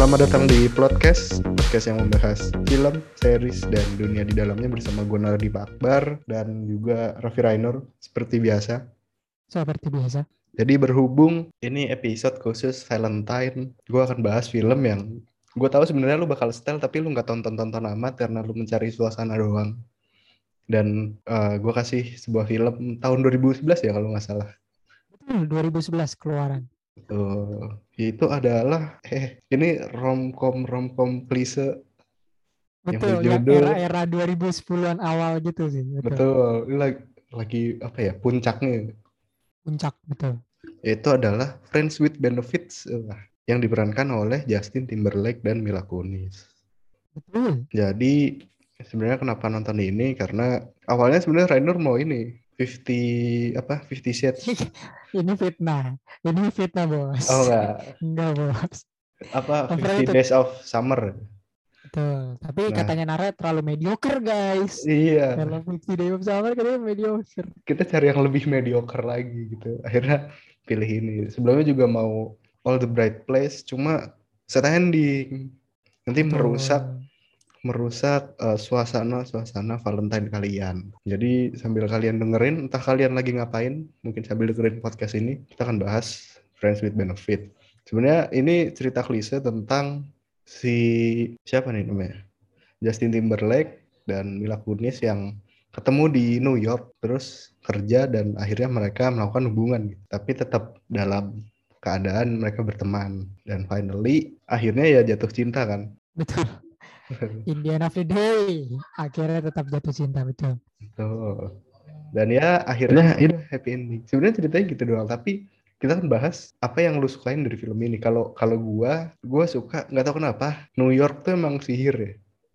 Selamat datang di podcast yang membahas film, series, dan dunia di dalamnya bersama gue Nardi Akbar dan juga Raffi Rainur seperti biasa. Seperti biasa. Jadi berhubung ini episode khusus Valentine, gue akan bahas film yang gue tahu sebenarnya lu bakal setel tapi lu nggak tonton amat karena lu mencari suasana doang. Dan gue kasih sebuah film tahun 2011 ya kalau nggak salah. Betul, 2011 keluaran. Itu adalah ini romcom klise yang Betul, yang berjudul era-era 2010-an awal gitu sih. betul ini lagi apa ya puncaknya. Puncak, betul. Itu adalah Friends with Benefits yang diperankan oleh Justin Timberlake dan Mila Kunis. Betul. Jadi sebenarnya kenapa nonton ini karena awalnya sebenarnya Rainer mau ini 50 Shades. Ini fitnah. Bos. Oh enggak, Enggak, Bos. 50 Overrated. Days of Summer. Betul. Tapi Nah, katanya Nara terlalu mediocre, guys. iya, Kalau 50 Day of Summer katanya mediocre. kita cari yang lebih mediocre lagi gitu. Akhirnya pilih ini. Sebelumnya juga mau All the Bright Place, cuma set ending. Nanti Betul. merusak suasana Valentine kalian. Jadi sambil kalian dengerin, entah kalian lagi ngapain, mungkin sambil dengerin podcast ini, kita akan bahas Friends with Benefit. Sebenarnya ini cerita klise tentang si siapa nih namanya? Justin Timberlake dan Mila Kunis yang ketemu di New York, terus kerja dan akhirnya mereka melakukan hubungan gitu. Tapi tetap dalam keadaan mereka berteman dan finally akhirnya ya jatuh cinta kan. Betul. Indian of the Day. Akhirnya tetap jatuh cinta, betul. Tuh. Dan ya akhirnya itu happy ending. Sebenarnya ceritanya gitu doang, tapi kita kan bahas apa yang lu sukain dari film ini. Kalau gua suka, nggak tahu kenapa New York tuh emang sihir ya.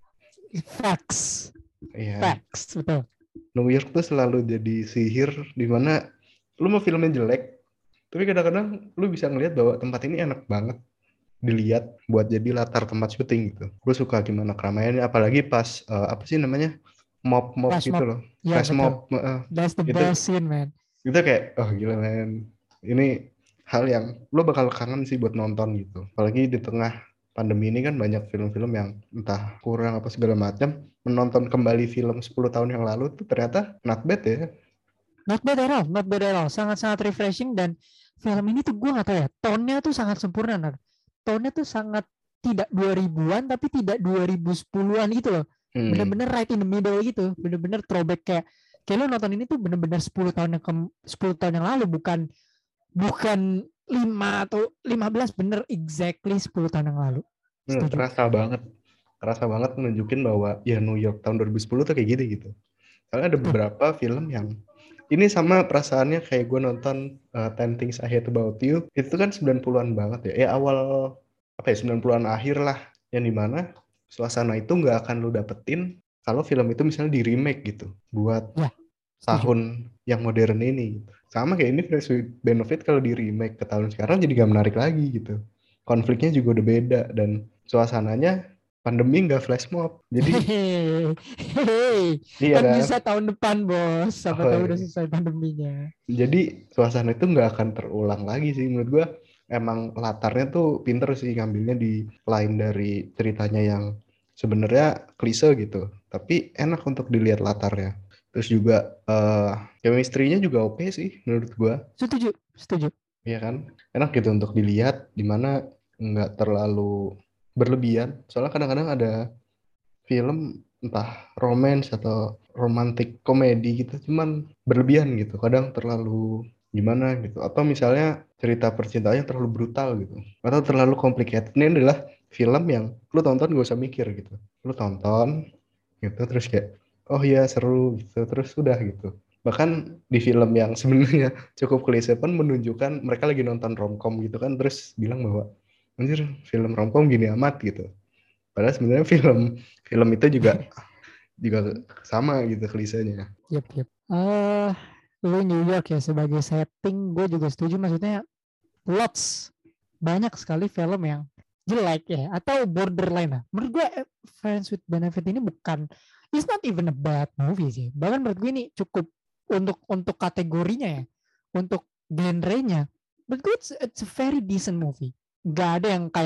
Facts. Iya. Facts, betul. New York tuh selalu jadi sihir di mana lu mau filmnya jelek, tapi kadang-kadang lu bisa ngelihat bahwa tempat ini enak banget dilihat buat jadi latar tempat syuting gitu. Gue suka gimana keramaiannya, apalagi pas apa sih namanya mob Flash gitu mob. loh, Ya, flash betul. mob That's the itu best scene, man. itu kayak oh gila men, ini hal yang lo bakal kangen sih buat nonton gitu. Apalagi di tengah pandemi ini kan banyak film-film yang entah kurang apa segala macam, menonton kembali film 10 tahun yang lalu tuh ternyata not bad ya. Not bad at all, not bad at all. Sangat-sangat refreshing dan film ini tuh gue gak tahu ya, tone-nya tuh sangat sempurna, Nar. Tone-nya tuh sangat tidak 2000-an tapi tidak 2010-an gitu loh. Bener-bener right in the middle gitu. Bener-bener throwback kayak lo nonton ini tuh bener-bener 10 tahun yang lalu, bukan 5 atau 15, bener exactly 10 tahun yang lalu. Setuju. Kerasa banget menunjukin bahwa ya New York tahun 2010 tuh kayak gitu. Soalnya ada Betul. beberapa film yang ini sama perasaannya kayak gue nonton 10 Things I Hate About You. Itu kan 90-an banget ya. Ya awal apa ya 90-an akhir lah. Yang dimana suasana itu nggak akan lu dapetin kalau film itu misalnya di remake gitu. Buat Ya, setuju. tahun yang modern ini. Sama kayak ini Friends with Benefit kalau di remake ke tahun sekarang jadi gak menarik lagi gitu. Konfliknya juga udah beda dan suasananya pandemi nggak flash mob. Jadi Hehehe. iya Kan kan? bisa tahun depan, bos. Siapa Oh, tahu udah iya. selesai pandeminya. Jadi suasana itu nggak akan terulang lagi sih menurut gua. Emang latarnya tuh pinter sih ngambilnya di lain dari ceritanya yang sebenarnya klise gitu. Tapi enak untuk dilihat latarnya. Terus juga chemistry-nya juga oke sih menurut gua. Setuju, setuju. Iya kan? Enak gitu untuk dilihat dimana nggak terlalu berlebihan. Soalnya kadang-kadang ada film entah romance atau romantic komedi gitu cuman berlebihan gitu kadang terlalu gimana gitu atau misalnya cerita percintaannya terlalu brutal gitu atau terlalu complicated. Ini adalah film yang lu tonton gak usah mikir gitu, lu tonton gitu terus kayak oh iya seru gitu terus udah gitu. Bahkan di film yang sebenarnya cukup klise pun menunjukkan mereka lagi nonton romcom gitu kan terus bilang bahwa anjir film romcom gini amat gitu. Padahal sebenarnya film itu juga sama gitu klisenya. Yep, yep. Lu New York ya sebagai setting, gue juga setuju. Maksudnya lots, banyak sekali film yang jelek ya atau borderline lah. Menurut gue Friends with Benefit ini bukan, it's not even a bad movie sih. Bahkan menurut gue ini cukup untuk kategorinya ya, untuk genrenya. Menurut gue it's a very decent movie. Gak ada yang kayak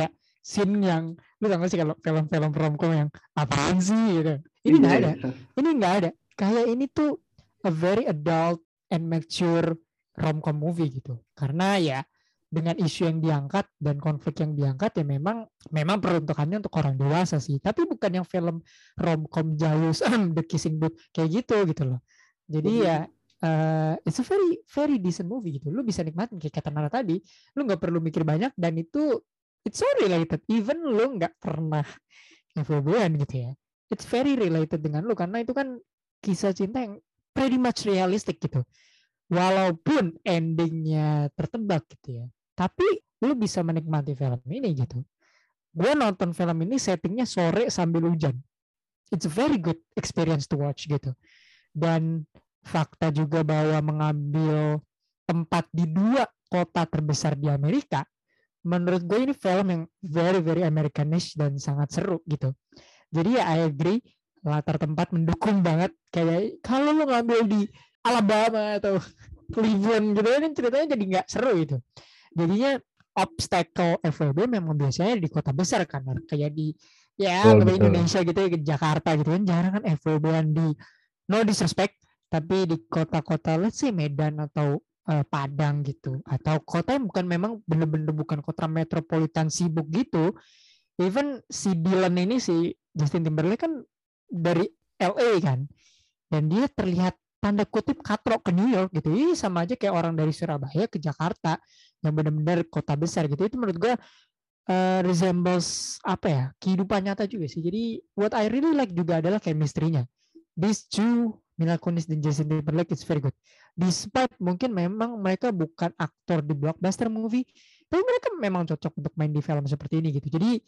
scene yang lu tau gak sih kalau film-film romcom yang apaan sih gitu. Ini Iya nggak ada. ya. Ini nggak ada. Kayak ini tuh a very adult and mature romcom movie gitu. Karena ya dengan isu yang diangkat dan konflik yang diangkat ya memang peruntukannya untuk orang dewasa sih. Tapi bukan yang film romcom jayus The Kissing Booth kayak gitu loh. Jadi ya it's a very very decent movie gitu. Lu bisa nikmatin kayak kata Nara tadi. Lu nggak perlu mikir banyak dan itu it's so related. Even lu nggak pernah FWB-an gitu ya. It's very related dengan lu karena itu kan kisah cinta yang pretty much realistic gitu. Walaupun endingnya tertebak gitu ya. Tapi lu bisa menikmati film ini gitu. Gue nonton film ini settingnya sore sambil hujan. It's a very good experience to watch gitu. Dan fakta juga bahwa mengambil tempat di 2 kota terbesar di Amerika, menurut gue ini film yang very very Americanish dan sangat seru gitu. Jadi ya I agree, latar tempat mendukung banget. Kayak kalau lu ngambil di Alabama atau Cleveland gitu kan ceritanya jadi nggak seru gitu. Jadinya obstacle FWB memang biasanya di kota besar kan, kayak di ya Betul, kayak betul. Indonesia gitu ya, ke Jakarta gitu kan jarang kan FWB-an di, no disrespect, tapi di kota-kota let's say Medan atau Padang gitu, atau kota yang bukan memang bener-bener bukan kota metropolitan sibuk gitu. Even si Dylan ini, si Justin Timberlake kan dari LA kan, dan dia terlihat tanda kutip katrok ke New York gitu. Ini sama aja kayak orang dari Surabaya ke Jakarta yang benar-benar kota besar gitu. Itu menurut gue resembles apa ya, kehidupan nyata juga sih. Jadi what I really like juga adalah chemistry-nya. These two, Mila Kunis dan Justin Timberlake, it's very good. Despite mungkin memang mereka bukan aktor di blockbuster movie, tapi mereka memang cocok untuk main di film seperti ini gitu. Jadi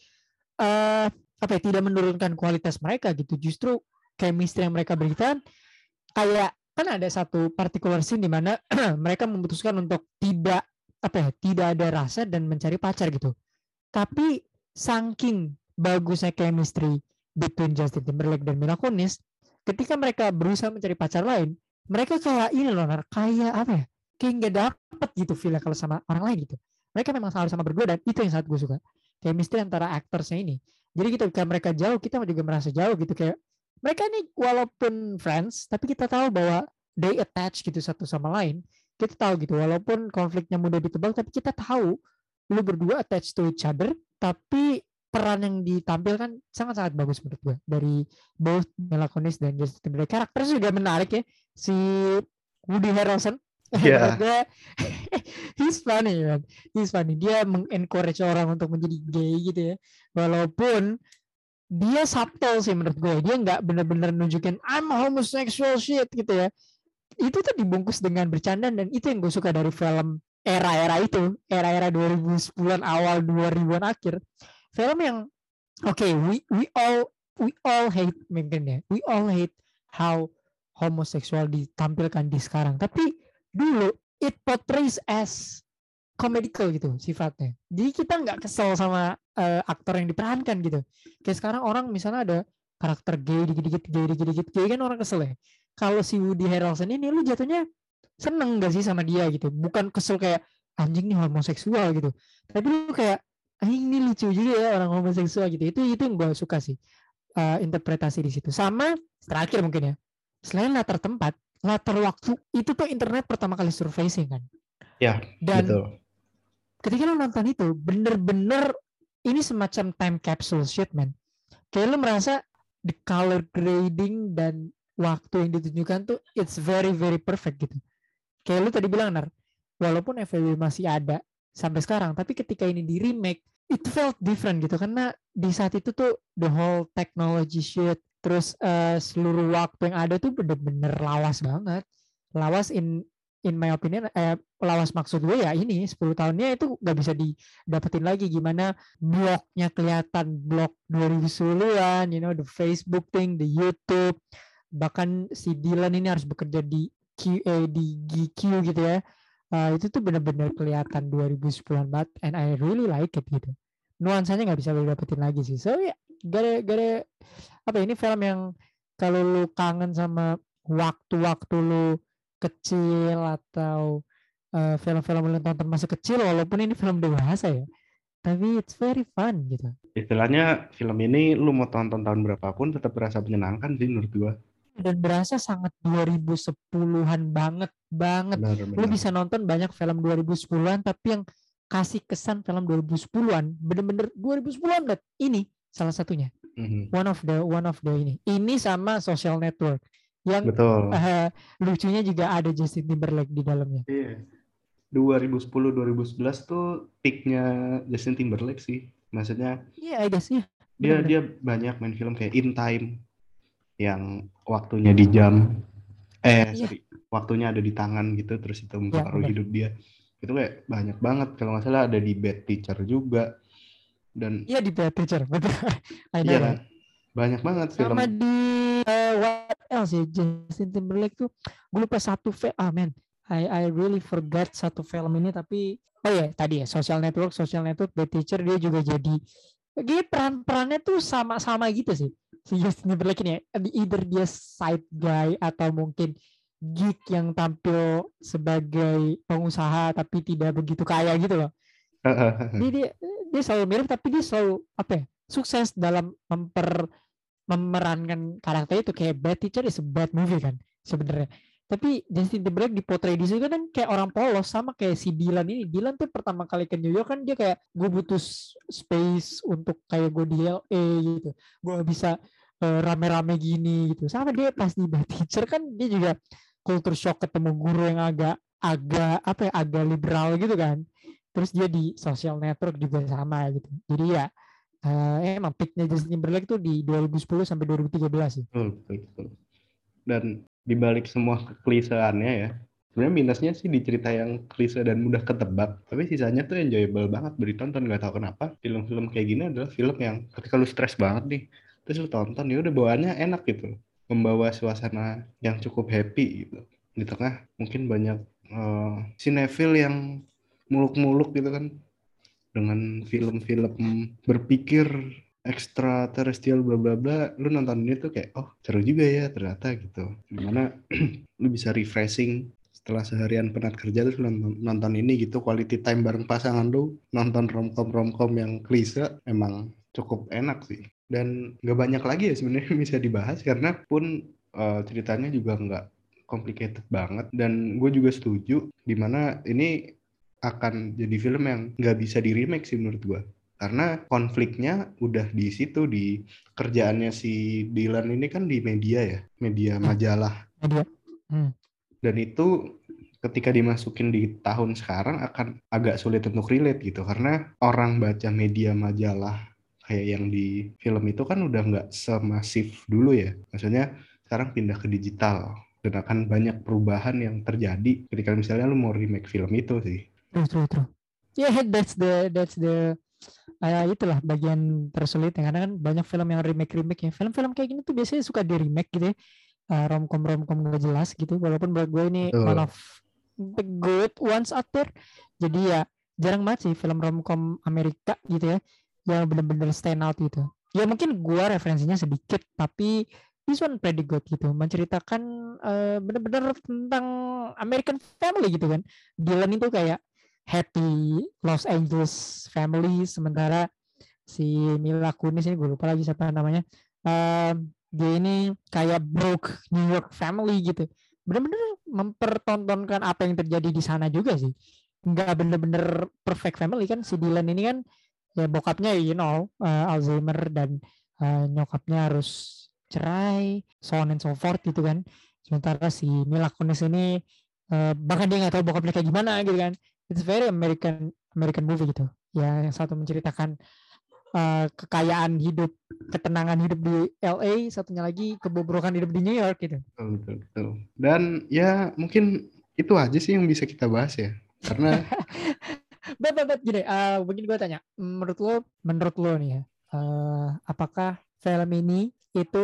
apa ya, tidak menurunkan kualitas mereka gitu. Justru chemistry yang mereka berikan, kayak kan ada satu particular scene di mana mereka memutuskan untuk tidak tidak ada rasa dan mencari pacar gitu. Tapi saking bagusnya chemistry between Justin Timberlake dan Mila Kunis, ketika mereka berusaha mencari pacar lain, mereka kayak ini loh, kayak apa ya? Kayak nggak dapet gitu feel kalau sama orang lain gitu. Mereka memang harus sama berdua dan itu yang sangat gue suka. Chemistry antara aktorsnya ini. Jadi ketika mereka jauh, kita juga merasa jauh gitu, kayak mereka ini walaupun friends, tapi kita tahu bahwa they attach gitu satu sama lain. Kita tahu gitu, walaupun konfliknya mudah ditebak, tapi kita tahu lu berdua attached to each other, tapi peran yang ditampilkan sangat-sangat bagus menurut gue dari both Mila Kunis dan Justin Timberlake. Karakternya juga menarik ya, si Woody Harrelson. Menurut Iya. gue he's funny man. He's funny. Dia mengencourage orang untuk menjadi gay gitu ya. Walaupun dia subtle sih menurut gue. Dia nggak benar-benar nunjukin I'm a homosexual shit gitu ya. Itu tuh dibungkus dengan bercanda dan itu yang gue suka dari film era-era itu, era-era 2010-an awal 2000-an akhir. Film yang we all hate mungkin ya. We all hate how homoseksual ditampilkan di sekarang. Tapi dulu it portrays as comedical gitu sifatnya. Jadi kita nggak kesel sama aktor yang diperankan gitu. Kayak sekarang orang misalnya ada karakter gay dikit-dikit gay kan orang kesel ya. Kalau si Woody Harrelson ini lu jatuhnya seneng gak sih sama dia gitu. Bukan kesel kayak anjing nih homoseksual gitu. Tapi lu kayak anjing ini lucu juga ya orang homoseksual gitu. Itu yang gue suka sih. Interpretasi di situ. Sama terakhir mungkin ya. Selain latar tempat, latar waktu itu tuh internet pertama kali surfacing kan. Ya, Dan betul. ketika lo nonton itu bener-bener ini semacam time capsule shit man. Kayak lo merasa the color grading dan waktu yang ditunjukkan tuh it's very very perfect gitu. Kayak lo tadi bilang Nar, walaupun FWB masih ada sampai sekarang, tapi ketika ini di remake it felt different gitu karena di saat itu tuh the whole technology shit, terus seluruh waktu yang ada tuh bener-bener lawas banget. Lawas in my opinion, lawas maksud gue ya ini 10 tahunnya itu gak bisa didapetin lagi. Gimana blognya kelihatan blog 2010-an, you know, the Facebook thing, the YouTube, bahkan si Dylan ini harus bekerja di GQ gitu ya. Itu tuh benar-benar kelihatan 2010-an banget and I really like it gitu. Nuansanya gak bisa didapetin lagi sih. So ya, gara-gara apa ini film yang kalau lu kangen sama waktu-waktu lu kecil atau film-film yang tonton masa kecil, walaupun ini film dewasa ya, tapi it's very fun gitu. Istilahnya film ini lu mau tonton tahun berapapun tetap berasa menyenangkan sih menurut gua. Dan berasa sangat 2010-an banget banget. Lu Benar-benar. bisa nonton banyak film 2010-an tapi yang kasih kesan film 2010-an bener-bener 2010-an banget. Ini salah satunya. Mhm. One of the ini sama Social Network yang Betul. lucunya juga ada Justin Timberlake di dalamnya. Iya. 2010-2011 tuh peaknya Justin Timberlake sih. Maksudnya Iya, I guess ya, dia bener-bener. dia banyak main film kayak In Time yang waktunya di jam Iya, waktunya ada di tangan gitu, terus itu ya mempengaruhi bener. hidup dia. Itu kayak banyak banget, kalau nggak salah ada di Bad Teacher juga. Dan Iya di Bad Teacher, betul. I know that. iya, banyak banget film. Sama di what else ya, Justin Timberlake tuh gue lupa satu film. Man, I really forgot satu film ini, tapi oh ya tadi ya Social Network Bad Teacher dia juga jadi peran-perannya tuh sama-sama gitu sih si Justin Timberlake ini ya. Either dia side guy atau mungkin geek yang tampil sebagai pengusaha tapi tidak begitu kaya gitu loh. Dia selalu mirip tapi dia selalu apa ya, sukses dalam memerankan karakter itu. Kayak Bad Teacher is a bad movie kan sebenarnya, tapi Justin Timberlake dipotret di situ kan kayak orang polos. Sama kayak si Dylan ini. Dylan tuh pertama kali ke New York kan dia kayak gue butuh space untuk kayak gue di LA gitu, gue bisa rame-rame gini gitu. Sama dia pas di Bad Teacher kan dia juga culture shock ketemu guru yang agak agak apa ya, agak liberal gitu kan. Terus dia di Social Network juga sama gitu. Jadi ya emang peaknya Justin Timberlake tuh di 2010 sampai 2013 sih. Betul, betul, betul. Dan dibalik semua kekliseannya ya, sebenarnya minusnya sih di cerita yang klise dan mudah ketebak, tapi sisanya tuh enjoyable banget ditonton. Nggak tahu kenapa film-film kayak gini adalah film yang ketika lu stres banget nih, terus lu tonton ya udah bawaannya enak gitu, membawa suasana yang cukup happy gitu di tengah mungkin banyak sinetfil yang muluk-muluk gitu kan, dengan film-film berpikir ekstraterestrial bla bla bla. Lu nonton ini tuh kayak oh seru juga ya ternyata gitu, dimana lu bisa refreshing setelah seharian penat kerja, terus nonton ini gitu, quality time bareng pasangan lu, nonton romcom yang klise, emang cukup enak sih. Dan nggak banyak lagi ya sebenarnya bisa dibahas karena pun ceritanya juga nggak complicated banget. Dan gue juga setuju dimana ini akan jadi film yang nggak bisa di remake sih menurut gue, karena konfliknya udah di situ, di kerjaannya si Dylan ini kan di media Ya, majalah. media. Dan itu ketika dimasukin di tahun sekarang akan agak sulit untuk relate gitu, karena orang baca media majalah kayak yang di film itu kan udah nggak semasif dulu ya. Maksudnya sekarang pindah ke digital dan akan banyak perubahan yang terjadi ketika misalnya lu mau remake film itu sih. True. Yeah, that's the itulah bagian tersulit ya. Karena kan banyak film yang remake ya. Film-film kayak gini tuh biasanya suka di remake gitu ya. Romcom gak jelas gitu. Walaupun buat gue ini one Betul. of the good ones out there. Jadi ya jarang banget sih film romcom Amerika gitu ya yang bener-bener stand out gitu. Ya mungkin gue referensinya sedikit tapi this one pretty good gitu. Menceritakan bener-bener tentang American family gitu kan. Dylan itu kayak happy Los Angeles family, sementara si Mila Kunis ini gue lupa lagi siapa namanya, dia ini kayak broke New York family gitu. Bener-bener mempertontonkan apa yang terjadi di sana juga sih. Nggak bener-bener perfect family kan. Si Dylan ini kan ya bokapnya Alzheimer dan nyokapnya harus cerai, so on and so forth gitu kan. Sementara si Mila Kunis ini bahkan dia nggak tahu bokapnya kayak gimana gitu kan. It's very American movie gitu. Ya yang satu menceritakan kekayaan hidup, ketenangan hidup di LA, satunya lagi kebobrokan hidup di New York gitu. Betul. Dan ya mungkin itu aja sih yang bisa kita bahas ya. Karena Bet gini, mungkin gue tanya, menurut lo nih ya, apakah film ini itu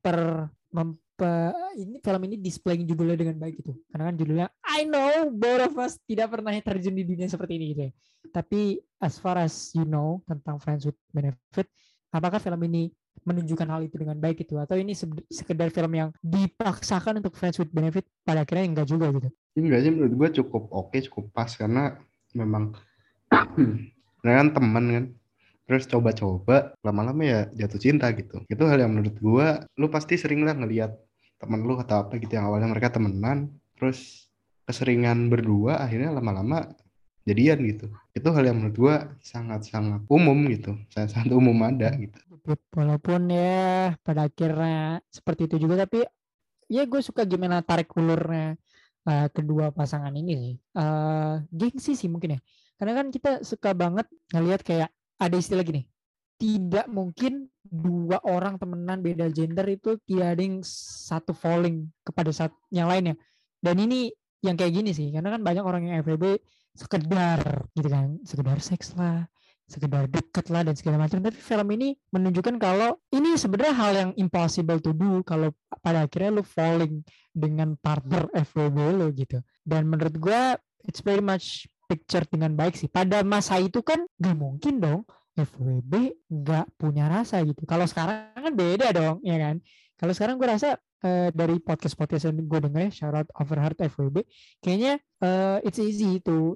ini film ini displaying judulnya dengan baik gitu? Karena kan judulnya I know both of us tidak pernah terjun di dunia seperti ini gitu ya. Tapi as far as you know tentang Friends with Benefit, apakah film ini menunjukkan hal itu dengan baik gitu, atau ini sekedar film yang dipaksakan untuk Friends with Benefit pada akhirnya enggak juga gitu? enggak sih, menurut gue cukup oke, cukup pas, karena memang Mereka kan teman kan. Terus coba-coba lama-lama ya jatuh cinta gitu. Itu hal yang menurut gua lu pasti sering lah ngelihat temen lu atau apa gitu yang awalnya mereka temenan, terus keseringan berdua akhirnya lama-lama jadian gitu. Itu hal yang menurut gua sangat-sangat umum gitu. Sangat-sangat umum ada gitu. Walaupun ya pada akhirnya seperti itu juga, tapi ya gue suka gimana tarik ulurnya kedua pasangan ini sih. Gengsi sih mungkin ya. Karena kan kita suka banget ngelihat kayak ada istilah gini. Tidak mungkin dua orang temenan beda gender itu tidak ada yang satu falling kepada yang lainnya. Dan ini yang kayak gini sih. Karena kan banyak orang yang FWB sekedar gitu kan. Sekedar seks lah, sekedar deket lah dan segala macam. Tapi film ini menunjukkan kalau ini sebenarnya hal yang impossible to do kalau pada akhirnya lu falling dengan partner FWB lo gitu. Dan menurut gue it's very much picture dengan baik sih. Pada masa itu kan gak mungkin dong FWB gak punya rasa gitu. Kalau sekarang kan beda dong, ya kan? Kalau sekarang gue rasa dari podcast-podcast yang gue denger ya, shout out Overheard FWB, kayaknya it's easy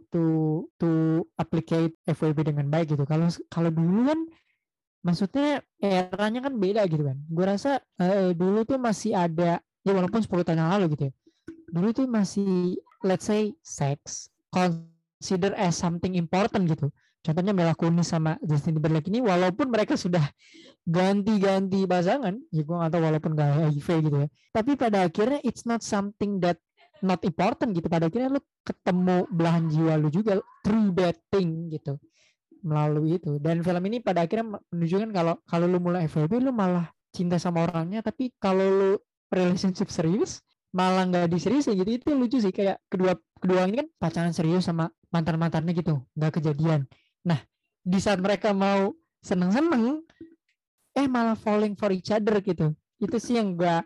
to applicate FWB dengan baik gitu. Kalau kalau dulu kan maksudnya eranya kan beda gitu kan. Gue rasa dulu tuh masih ada ya walaupun 10 tahun yang lalu gitu ya. Dulu tuh masih let's say sex consider as something important gitu. Contohnya Mila Kunis sama Justin Timberlake ini walaupun mereka sudah ganti-ganti pasangan, ya gue gak tahu walaupun gak HIV gitu ya. Tapi pada akhirnya it's not something that not important gitu. Pada akhirnya lu ketemu belahan jiwa lu juga through that thing gitu melalui itu. Dan film ini pada akhirnya menunjukkan kalau lu mulai FWB lu malah cinta sama orangnya, tapi kalau lu relationship serius malah nggak diseriusin gitu. Itu lucu sih, kayak kedua ini kan pacaran serius sama mantan-mantannya gitu, nggak kejadian. Nah, di saat mereka mau seneng-seneng malah falling for each other gitu. Itu sih yang gue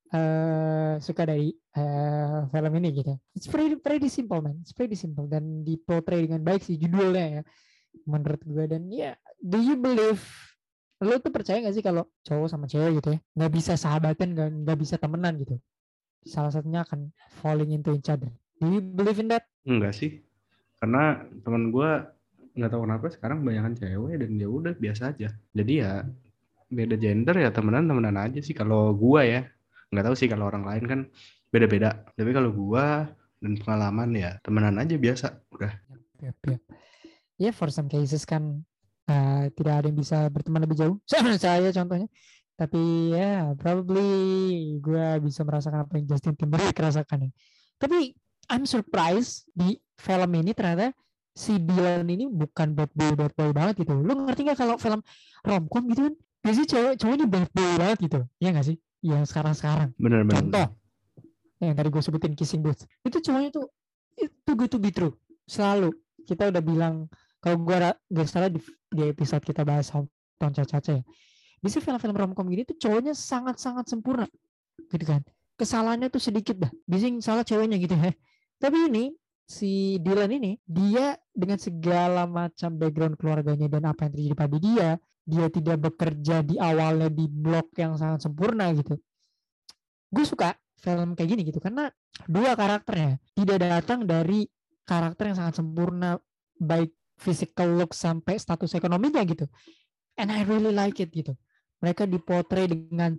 suka dari film ini gitu. It's pretty simple man, it's pretty simple dan dipotray dengan baik sih judulnya ya menurut gue. Dan ya, do you believe, lo tuh percaya gak sih kalau cowok sama cewek gitu ya nggak bisa sahabatan, nggak bisa temenan gitu, salah satunya akan falling into each other? Do you believe in that? Enggak sih. Karena teman gua nggak tahu kenapa sekarang banyakan cewek dan ya udah biasa aja. Jadi ya beda gender ya temenan aja sih kalau gua ya. Nggak tahu sih kalau orang lain kan beda-beda. Tapi kalau gua dan pengalaman ya temenan aja biasa udah. Yep, yep. Ya for some cases kan tidak ada yang bisa berteman lebih jauh sama saya contohnya. Tapi ya probably gue bisa merasakan apa yang Justin Timberlake rasakan ya. Tapi I'm surprised di film ini ternyata si Dylan ini bukan bad boy banget gitu. Lu ngerti gak kalau film romcom gitu kan biasanya cowoknya bad boy banget gitu. Iya gak sih? Yang sekarang-sekarang. Bener-bener. Contoh yang tadi gue sebutin Kissing Booth. Itu cowoknya tuh itu good to be true. Selalu. Kita udah bilang, kalau gue gak salah di episode kita bahas Hometown Caca ya. Bisa film-film romcom gini tuh cowoknya sangat-sangat sempurna. Gitu kan. Kesalahannya tuh sedikit dah. Bisa salah ceweknya gitu ya. Tapi ini si Dylan ini dia dengan segala macam background keluarganya dan apa yang terjadi pada dia tidak bekerja di awalnya di blok yang sangat sempurna gitu. Gue suka film kayak gini gitu karena dua karakternya tidak datang dari karakter yang sangat sempurna baik physical look sampai status ekonominya gitu. And I really like it gitu. Mereka dipotret dengan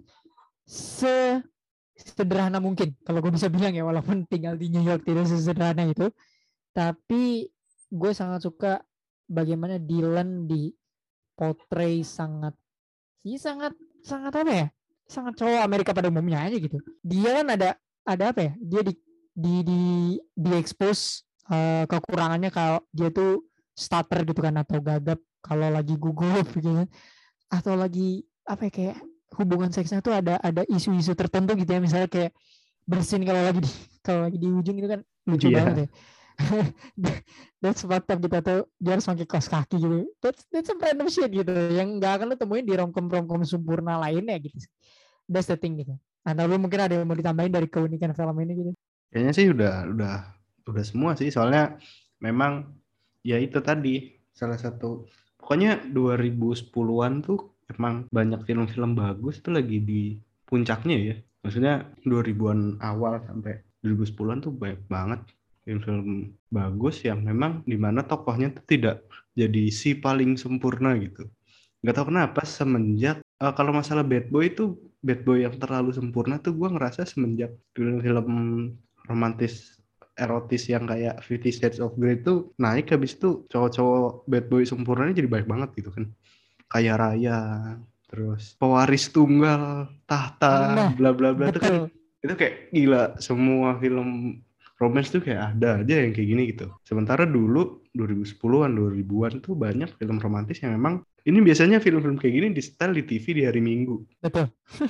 sederhana mungkin kalau gue bisa bilang ya, walaupun tinggal di New York tidak sesederhana itu. Tapi gue sangat suka bagaimana Dylan dipotret sangat sangat apa ya, sangat cowok Amerika pada umumnya aja gitu. Dia kan ada apa ya, dia di expose kekurangannya kalau dia tuh stutter gitu kan, atau gagap kalau lagi gugup gitu kan, atau lagi apa ya, kayak hubungan seksnya tuh ada isu-isu tertentu gitu ya, misalnya kayak bersin kalau lagi di ujung itu kan lucu banget ya. That's fucked up gitu, atau dia harus pakai kaos kaki gitu. That's some random shit gitu yang nggak akan lo temuin di romcom sempurna lainnya gitu. That's the thing gitu. Atau lu mungkin ada yang mau ditambahin dari keunikan film ini gitu? Kayaknya sih udah semua sih, soalnya memang ya itu tadi salah satu, pokoknya 2010-an tuh emang banyak film-film bagus tuh lagi di puncaknya ya. Maksudnya 2000-an awal sampai 2010-an tuh banyak banget. film-film bagus yang memang dimana tokohnya tuh tidak jadi si paling sempurna gitu. Nggak tahu kenapa semenjak kalau masalah Bad Boy itu Bad Boy yang terlalu sempurna tuh gue ngerasa semenjak film-film romantis erotis yang kayak Fifty Shades of Grey tuh naik, habis itu cowok-cowok bad boy sempurnanya jadi baik banget gitu kan, kaya raya, terus pewaris tunggal tahta Nah, bla bla bla, itu kan betul. itu kayak gila, semua film romance tuh kayak ada aja yang kayak gini gitu. Sementara dulu 2010-an 2000-an tuh banyak film romantis yang memang ini biasanya film-film kayak gini di setel di TV di hari Minggu, Betul.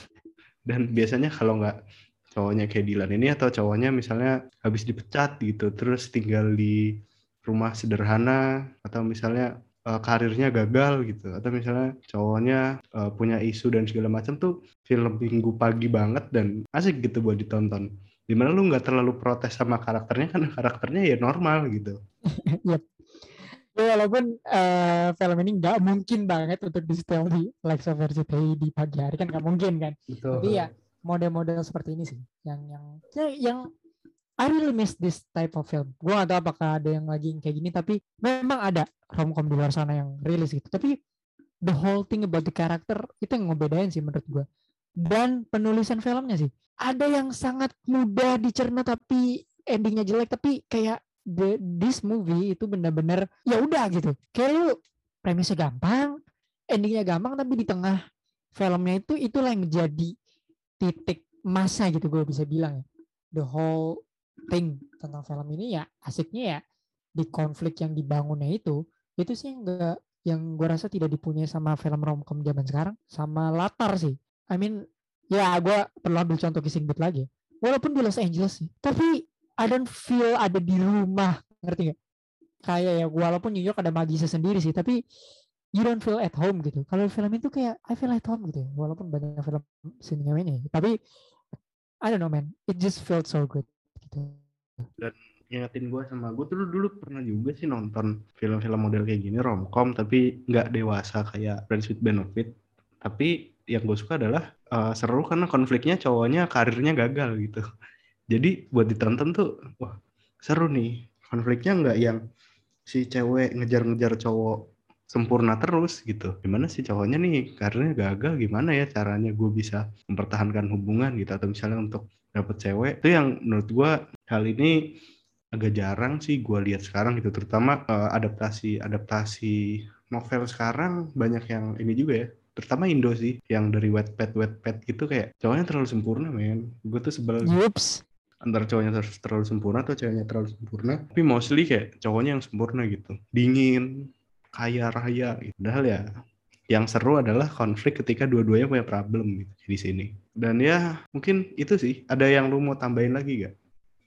dan biasanya kalau nggak cowoknya kayak Dilan ini atau cowoknya misalnya habis dipecat gitu terus tinggal di rumah sederhana, atau misalnya karirnya gagal gitu, atau misalnya cowoknya punya isu dan segala macam, tuh film Minggu pagi banget dan asik gitu buat ditonton, dimana lu nggak terlalu protes sama karakternya karena karakternya ya normal gitu. Yep. Ya, walaupun film ini nggak mungkin banget untuk di setel di Alexa versi TI di pagi hari, kan nggak mungkin kan. Tapi ya Betul. model-model seperti ini sih yang I really miss this type of film. Gue gak tahu apakah ada yang lagi kayak gini, tapi memang ada romcom di luar sana yang rilis gitu. Tapi the whole thing about the character itu yang ngebedain sih menurut gue. Dan penulisan filmnya sih, ada yang sangat mudah dicerna tapi endingnya jelek, tapi kayak this movie itu benar-benar ya udah gitu. Kayak lu premisnya gampang, endingnya gampang, tapi di tengah filmnya itulah yang menjadi titik masa gitu gue bisa bilang ya. The whole thing tentang film ini ya asiknya ya di konflik yang dibangunnya itu sih yang gue rasa tidak dipunyai sama film romcom zaman sekarang, sama latar sih. I mean, ya gue perlu ambil contoh Kissing Booth lagi. Walaupun di Los Angeles sih, tapi I don't feel ada di rumah, ngerti gak? Kayak ya walaupun New York ada magisnya sendiri sih, tapi you don't feel at home gitu. Kalau film itu kayak I feel at home gitu ya. Walaupun banyak film sinewanya, tapi I don't know man, it just felt so good gitu. Dan ingetin gue sama gue tuh dulu pernah juga sih nonton film-film model kayak gini romcom, tapi nggak dewasa kayak Friends with Benefit. Tapi yang gue suka adalah seru karena konfliknya cowoknya karirnya gagal gitu. Jadi buat ditonton tuh wah seru nih, konfliknya nggak yang si cewek ngejar-ngejar cowok sempurna terus gitu. Gimana sih cowoknya nih karirnya gagal, gimana ya caranya gue bisa mempertahankan hubungan gitu, atau misalnya untuk dapet cewek. Itu yang menurut gue hal ini agak jarang sih gue lihat sekarang gitu, terutama adaptasi novel sekarang banyak yang ini juga ya, terutama Indo sih yang dari Wattpad gitu, kayak cowoknya terlalu sempurna men, gue tuh sebel Yups. antara cowoknya terlalu sempurna atau ceweknya terlalu sempurna, tapi mostly kayak cowoknya yang sempurna gitu, dingin, kaya raya gitu. Padahal ya yang seru adalah konflik ketika dua-duanya punya problem gitu di sini. Dan ya mungkin itu sih, ada yang lu mau tambahin lagi gak?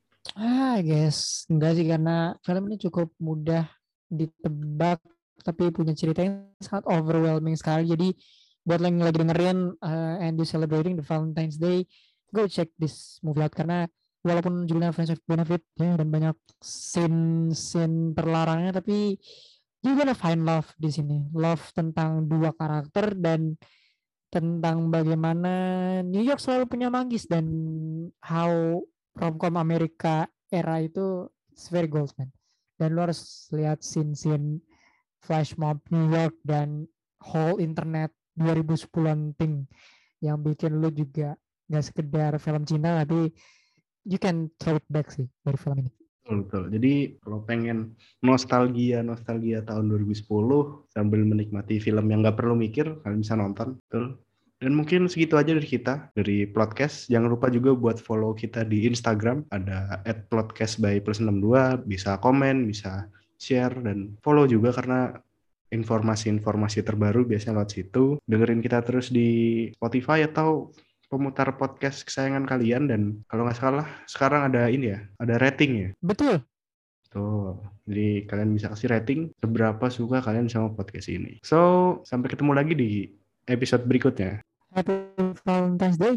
Guys, enggak sih, karena film ini cukup mudah ditebak tapi punya cerita yang sangat overwhelming sekali. Jadi buat yang lagi dengerin and you celebrating the Valentine's Day, go check this movie out, karena walaupun judulnya Friends with Benefit ya dan banyak scene terlarangnya, tapi you gonna find love di sini. Love tentang dua karakter dan tentang bagaimana New York selalu punya magis, dan how romcom Amerika era itu it's very gold man. Dan lu harus lihat scene-scene flash mob New York dan whole internet 2010-an thing yang bikin lu juga gak sekedar film cinta, tapi you can throw it back sih dari film ini. Betul. Jadi kalau pengen nostalgia tahun 2010 sambil menikmati film yang nggak perlu mikir, kalian bisa nonton. Betul. Dan mungkin segitu aja dari kita, dari podcast. Jangan lupa juga buat follow kita di Instagram, ada @podcastbyplus62, bisa komen, bisa share, dan follow juga karena informasi-informasi terbaru biasanya lewat situ. Dengerin kita terus di Spotify atau pemutar podcast kesayangan kalian, dan kalau nggak salah sekarang ada ini ya, ada rating ya. Betul. Tuh, jadi kalian bisa kasih rating seberapa suka kalian sama podcast ini. So, sampai ketemu lagi di episode berikutnya. Happy Valentine's Day.